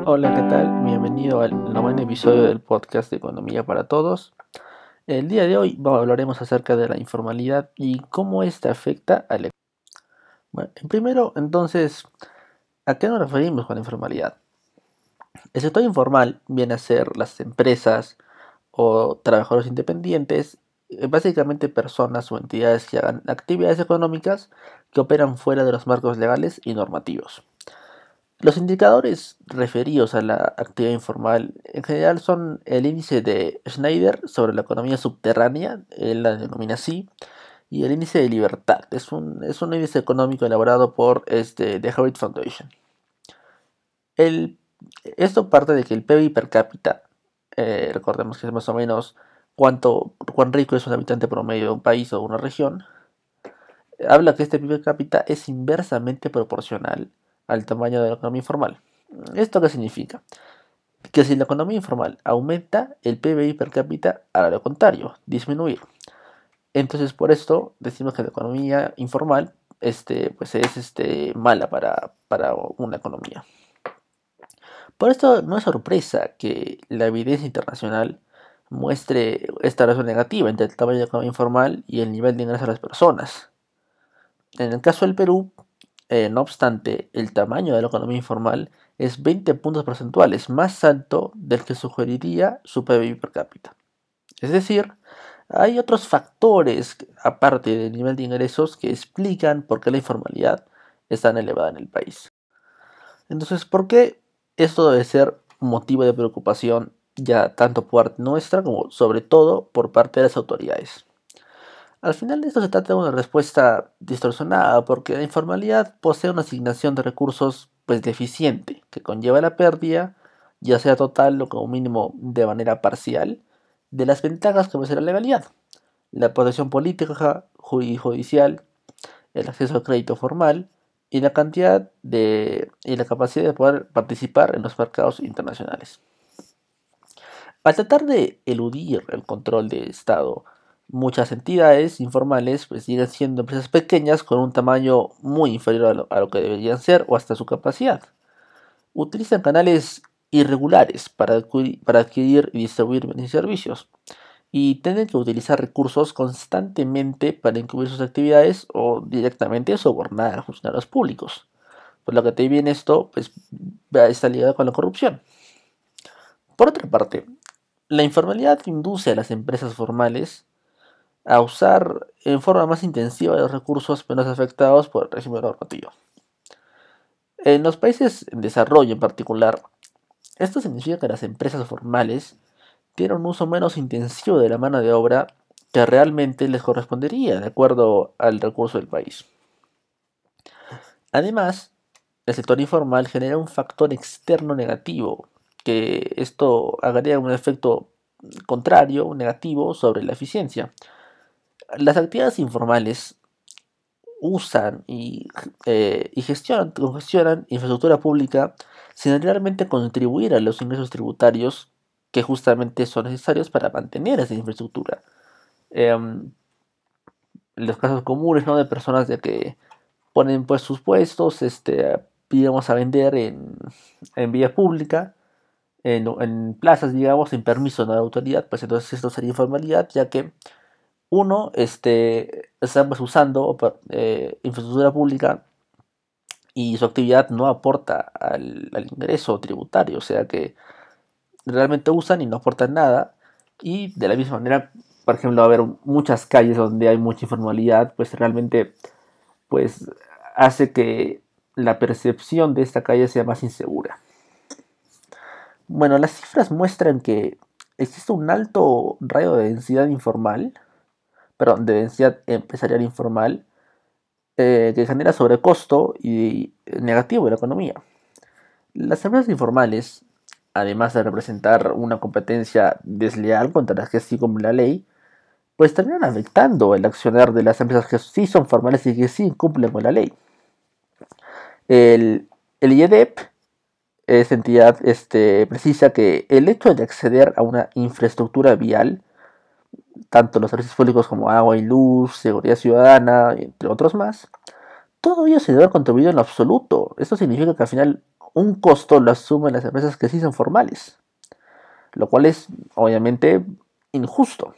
Hola, ¿qué tal? Bienvenido al noveno episodio del podcast de Economía para Todos. El día de hoy hablaremos acerca de la informalidad y cómo esta afecta a la economía. Bueno, primero, entonces, ¿a qué nos referimos con informalidad? El sector informal viene a ser las empresas o trabajadores independientes, básicamente personas o entidades que hagan actividades económicas que operan fuera de los marcos legales y normativos. Los indicadores referidos a la actividad informal en general son el índice de Schneider sobre la economía subterránea, él la denomina así, y el índice de libertad. Es un índice económico elaborado por The Heritage Foundation. El, Esto parte de que el PIB per cápita, recordemos que es más o menos cuán rico es un habitante promedio de un país o de una región, habla que este PIB per cápita es inversamente proporcional al tamaño de la economía informal. ¿Esto qué significa? Que si la economía informal aumenta, el PBI per cápita hará lo contrario, disminuir. Entonces, por esto decimos que la economía informal pues es mala para una economía. Por esto no es sorpresa que la evidencia internacional muestre esta relación negativa entre el tamaño de la economía informal y el nivel de ingreso de las personas. En el caso del Perú, no obstante, el tamaño de la economía informal es 20 puntos porcentuales más alto del que sugeriría su PIB per cápita. Es decir, hay otros factores, aparte del nivel de ingresos, que explican por qué la informalidad es tan elevada en el país. Entonces, ¿por qué esto debe ser motivo de preocupación ya tanto por parte nuestra como sobre todo por parte de las autoridades? Al final de esto se trata de una respuesta distorsionada porque la informalidad posee una asignación de recursos pues deficiente que conlleva la pérdida, ya sea total o como mínimo de manera parcial, de las ventajas que ofrece la legalidad, la protección política y judicial, el acceso al crédito formal y la capacidad de poder participar en los mercados internacionales. Al tratar de eludir el control de Estado, muchas entidades informales pues siguen siendo empresas pequeñas con un tamaño muy inferior a lo que deberían ser o hasta su capacidad. Utilizan canales irregulares para adquirir y distribuir bienes y servicios y tienen que utilizar recursos constantemente para encubrir sus actividades o directamente sobornar a funcionarios públicos. Por lo que te viene esto pues está ligado con la corrupción. Por otra parte, la informalidad induce a las empresas formales a usar en forma más intensiva los recursos menos afectados por el régimen normativo. En los países en desarrollo en particular, esto significa que las empresas formales tienen un uso menos intensivo de la mano de obra que realmente les correspondería de acuerdo al recurso del país. Además, el sector informal genera un factor externo negativo, que esto agrega un efecto contrario, negativo, sobre la eficiencia. Las actividades informales usan y congestionan infraestructura pública sin realmente contribuir a los ingresos tributarios que justamente son necesarios para mantener esa infraestructura. Em, los casos comunes, ¿no?, de personas de que ponen pues sus puestos, digamos, a vender en vía pública, en plazas, digamos, sin permiso de la autoridad, pues entonces esto sería informalidad, ya que uno está pues, usando infraestructura pública y su actividad no aporta al ingreso tributario, o sea que realmente usan y no aportan nada. Y de la misma manera, por ejemplo, va a haber muchas calles donde hay mucha informalidad, pues realmente pues hace que la percepción de esta calle sea más insegura. Bueno, las cifras muestran que existe un alto radio de densidad informal, perdón, de densidad empresarial informal, que genera sobrecosto y negativo de la economía. Las empresas informales, además de representar una competencia desleal contra las que sí cumple la ley, pues terminan afectando el accionar de las empresas que sí son formales y que sí cumplen con la ley. El IEDEP, esta entidad, precisa que el hecho de acceder a una infraestructura vial, tanto los servicios públicos como agua y luz, seguridad ciudadana, entre otros más, todo ello se debe haber contribuido en lo absoluto. Esto significa que al final un costo lo asumen las empresas que sí son formales, lo cual es obviamente injusto.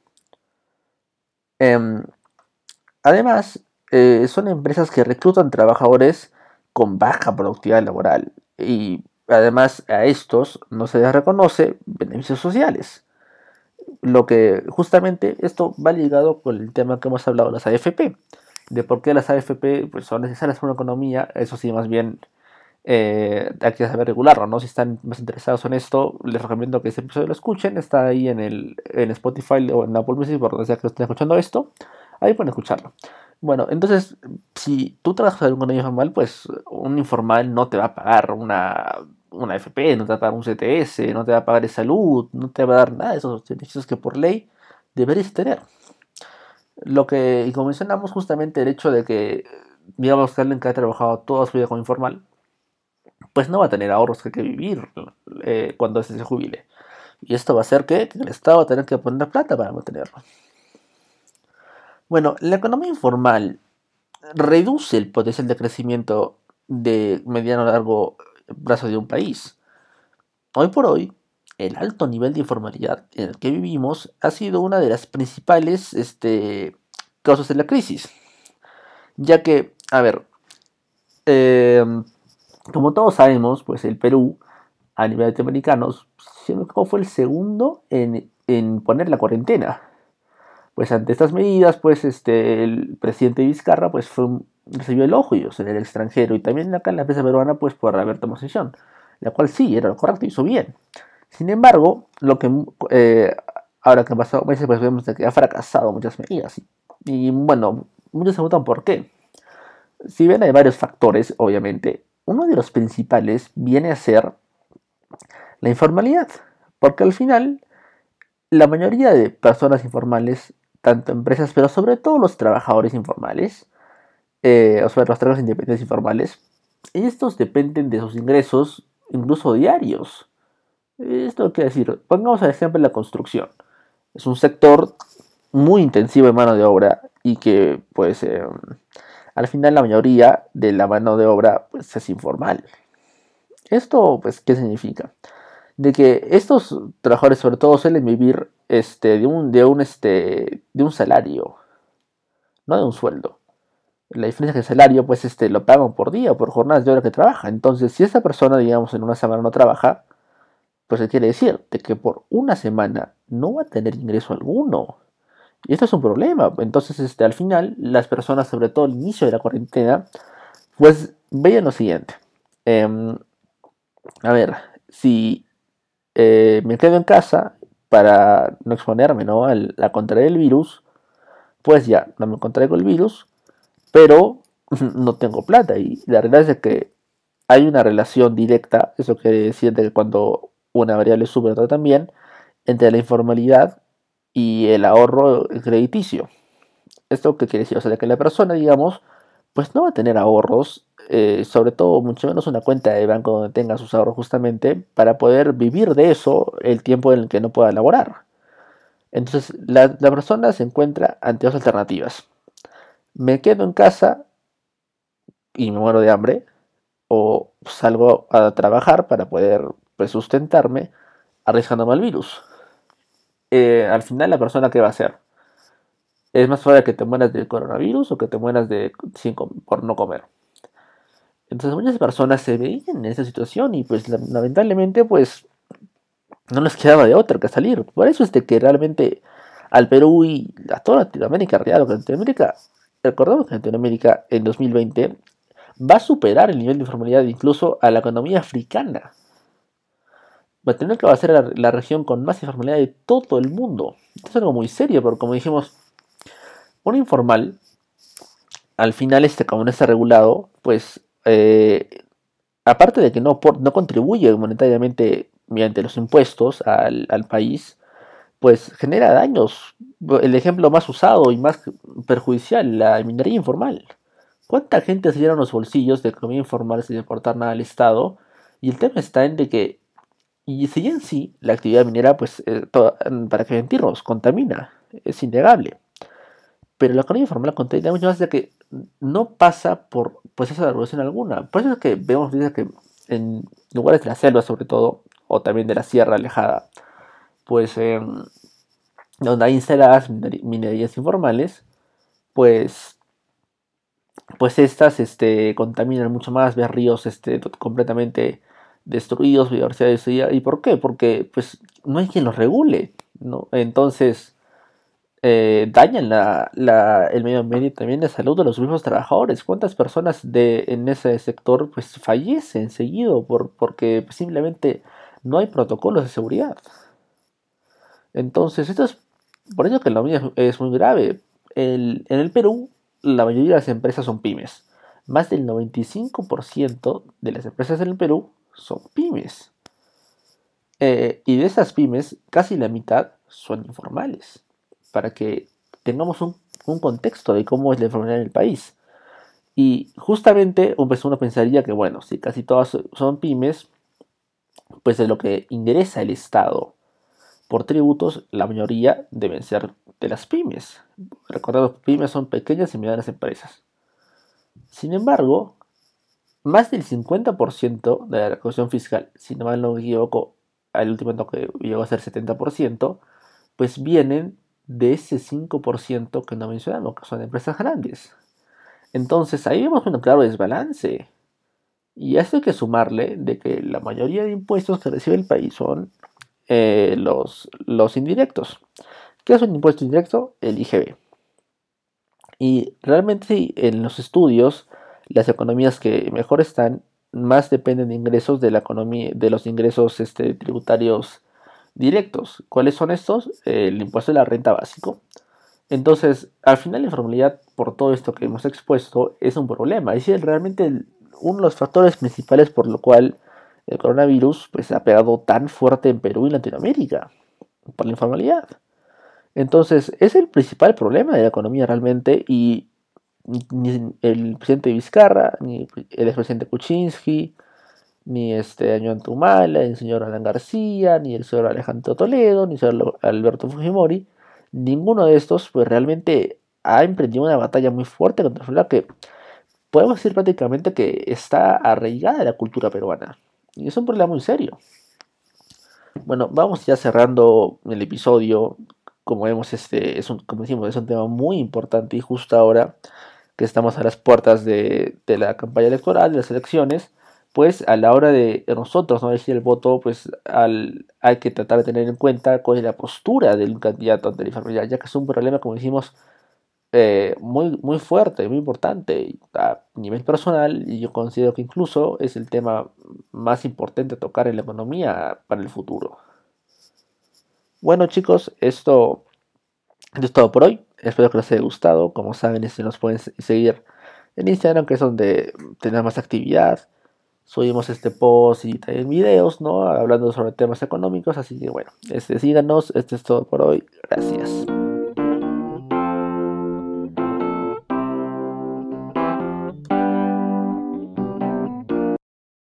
Em, Además, son empresas que reclutan trabajadores con baja productividad laboral y además a estos no se les reconoce beneficios sociales. Lo que justamente esto va ligado con el tema que hemos hablado de las AFP, de por qué las AFP pues, son necesarias para una economía. Eso sí, más bien hay que saber regularlo, ¿no? Si están más interesados en esto, les recomiendo que ese episodio lo escuchen. Está ahí en Spotify o en Apple Music, por donde sea que estén escuchando esto. Ahí pueden escucharlo. Bueno, entonces, si tú trabajas en un economía formal, pues un informal no te va a pagar una AFP, no te va a pagar un CTS, no te va a pagar de salud, no te va a dar nada de esos beneficios que por ley deberías tener. Lo que, y como mencionamos, justamente el hecho de que, digamos, que alguien que ha trabajado toda su vida como informal, pues no va a tener ahorros que vivir cuando se jubile. Y esto va a hacer que el Estado va a tener que poner plata para mantenerlo. Bueno, la economía informal reduce el potencial de crecimiento de mediano a largo plazo de un país. Hoy por hoy, el alto nivel de informalidad en el que vivimos ha sido una de las principales causas de la crisis. Ya que, a ver, eh, como todos sabemos, pues el Perú, a nivel latinoamericano, si no me equivoco, fue el segundo en poner la cuarentena. Pues ante estas medidas, pues el presidente Vizcarra pues recibió elogios en el extranjero y también acá en la empresa peruana pues por haber tomado decisión, la cual sí, era lo correcto, hizo bien. Sin embargo, lo que ahora que han pasado meses pues vemos de que ha fracasado muchas medidas y bueno, muchos se preguntan por qué. Si bien hay varios factores, obviamente, uno de los principales viene a ser la informalidad, porque al final la mayoría de personas informales, tanto empresas, pero sobre todo los trabajadores informales, o sea, los trabajadores independientes informales, estos dependen de sus ingresos, incluso diarios. Esto quiere decir, pongamos al ejemplo la construcción. Es un sector muy intensivo en mano de obra y que, pues, al final la mayoría de la mano de obra pues, es informal. Esto, pues, ¿qué significa? De que estos trabajadores sobre todo suelen vivir de un salario, no de un sueldo. La diferencia es que el salario pues lo pagan por día o por jornadas de hora que trabaja. Entonces, si esta persona, digamos, en una semana no trabaja, pues se quiere decir de que por una semana no va a tener ingreso alguno. Y esto es un problema. Entonces, al final, las personas, sobre todo al inicio de la cuarentena, pues veían lo siguiente. Em, a ver, si me quedo en casa para no exponerme, ¿no? A contraer el virus, pues ya, no me contraigo el virus, pero no tengo plata. Y la realidad es que hay una relación directa, eso quiere decir de que cuando una variable sube otra también, entre la informalidad y el ahorro crediticio. ¿Esto qué quiere decir? O sea, de que la persona, digamos, pues no va a tener ahorros, sobre todo mucho menos una cuenta de banco donde tenga sus ahorros justamente para poder vivir de eso el tiempo en el que no pueda laborar. Entonces, la persona se encuentra ante dos alternativas. Me quedo en casa y me muero de hambre, o salgo a trabajar para poder pues, sustentarme arriesgándome al virus. Al final, la persona que va a hacer es más probable que te mueras del coronavirus o que te mueras por no comer. Entonces muchas personas se veían en esa situación y pues lamentablemente pues no les quedaba de otra que salir. Por eso es de que realmente al Perú y a toda Latinoamérica, real, Latinoamérica, recordemos que Latinoamérica en 2020 va a superar el nivel de informalidad incluso a la economía africana. Latinoamérica va a ser la región con más informalidad de todo el mundo. Esto es algo muy serio, porque como dijimos, un informal, al final como no está regulado, pues aparte de que no contribuye monetariamente mediante los impuestos al país, pues genera daños. El ejemplo más usado y más perjudicial, la minería informal. ¿Cuánta gente se llena los bolsillos de economía informal sin aportar nada al Estado? Y el tema está en de que, y si en sí, la actividad minera, pues, para que mentirnos, contamina, es innegable. Pero la economía informal contamina mucho más de que no pasa por proceso de regulación alguna. Por eso es que vemos que en lugares de la selva sobre todo, o también de la sierra alejada, pues donde hay instaladas minerías informales, pues, pues estas contaminan mucho más, ves ríos completamente destruidos, biodiversidad destruida. ¿Y por qué? Porque pues no hay quien los regule, ¿no? Entonces dañan el medio ambiente y también la salud de los mismos trabajadores. ¿Cuántas personas en ese sector pues fallecen seguido porque pues, simplemente no hay protocolos de seguridad? Entonces, esto es por eso que la economía es muy grave. En el Perú, la mayoría de las empresas son pymes. Más del 95% de las empresas en el Perú son pymes. Y de esas pymes, casi la mitad son informales. Para que tengamos un contexto de cómo es la informalidad en el país. Y justamente pues uno pensaría que, bueno, si casi todas son pymes, pues de lo que ingresa el Estado por tributos, la mayoría deben ser de las pymes. Recordad, pymes son pequeñas y medianas empresas. Sin embargo, más del 50% de la recaudación fiscal, si no mal no me equivoco, al último año que llegó a ser 70%, pues vienen de ese 5% que no mencionamos, que son empresas grandes. Entonces ahí vemos un claro desbalance. Y a esto hay que sumarle de que la mayoría de impuestos que recibe el país son los indirectos. ¿Qué es un impuesto indirecto? El IGB. Y realmente sí, en los estudios, las economías que mejor están, más dependen de ingresos de la economía, de los ingresos tributarios directos. ¿Cuáles son estos? El impuesto de la renta básico. Entonces, al final la informalidad, por todo esto que hemos expuesto, es un problema. Es realmente uno de los factores principales por lo cual el coronavirus pues, ha pegado tan fuerte en Perú y Latinoamérica, por la informalidad. Entonces, es el principal problema de la economía realmente y ni el presidente Vizcarra, ni el expresidente Kuczynski, ni Ollanta Humala, ni el señor Alan García, ni el señor Alejandro Toledo, ni el señor Alberto Fujimori, ninguno de estos pues realmente ha emprendido una batalla muy fuerte contra el problema que podemos decir prácticamente que está arraigada en la cultura peruana. Y es un problema muy serio. Bueno, vamos ya cerrando el episodio. Como vemos, como decimos, es un tema muy importante y justo ahora que estamos a las puertas de la campaña electoral, de las elecciones, pues a la hora de nosotros no elegir el voto, pues hay que tratar de tener en cuenta cuál es la postura del candidato ante la informalidad, ya que es un problema, como decimos, muy, muy fuerte, muy importante a nivel personal, y yo considero que incluso es el tema más importante a tocar en la economía para el futuro. Bueno chicos, esto es todo por hoy. Espero que les haya gustado. Como saben, nos pueden seguir en Instagram, que es donde tenemos más actividad. Subimos este post y también videos, ¿no? Hablando sobre temas económicos. Así que bueno, síganos. Esto es todo por hoy. Gracias.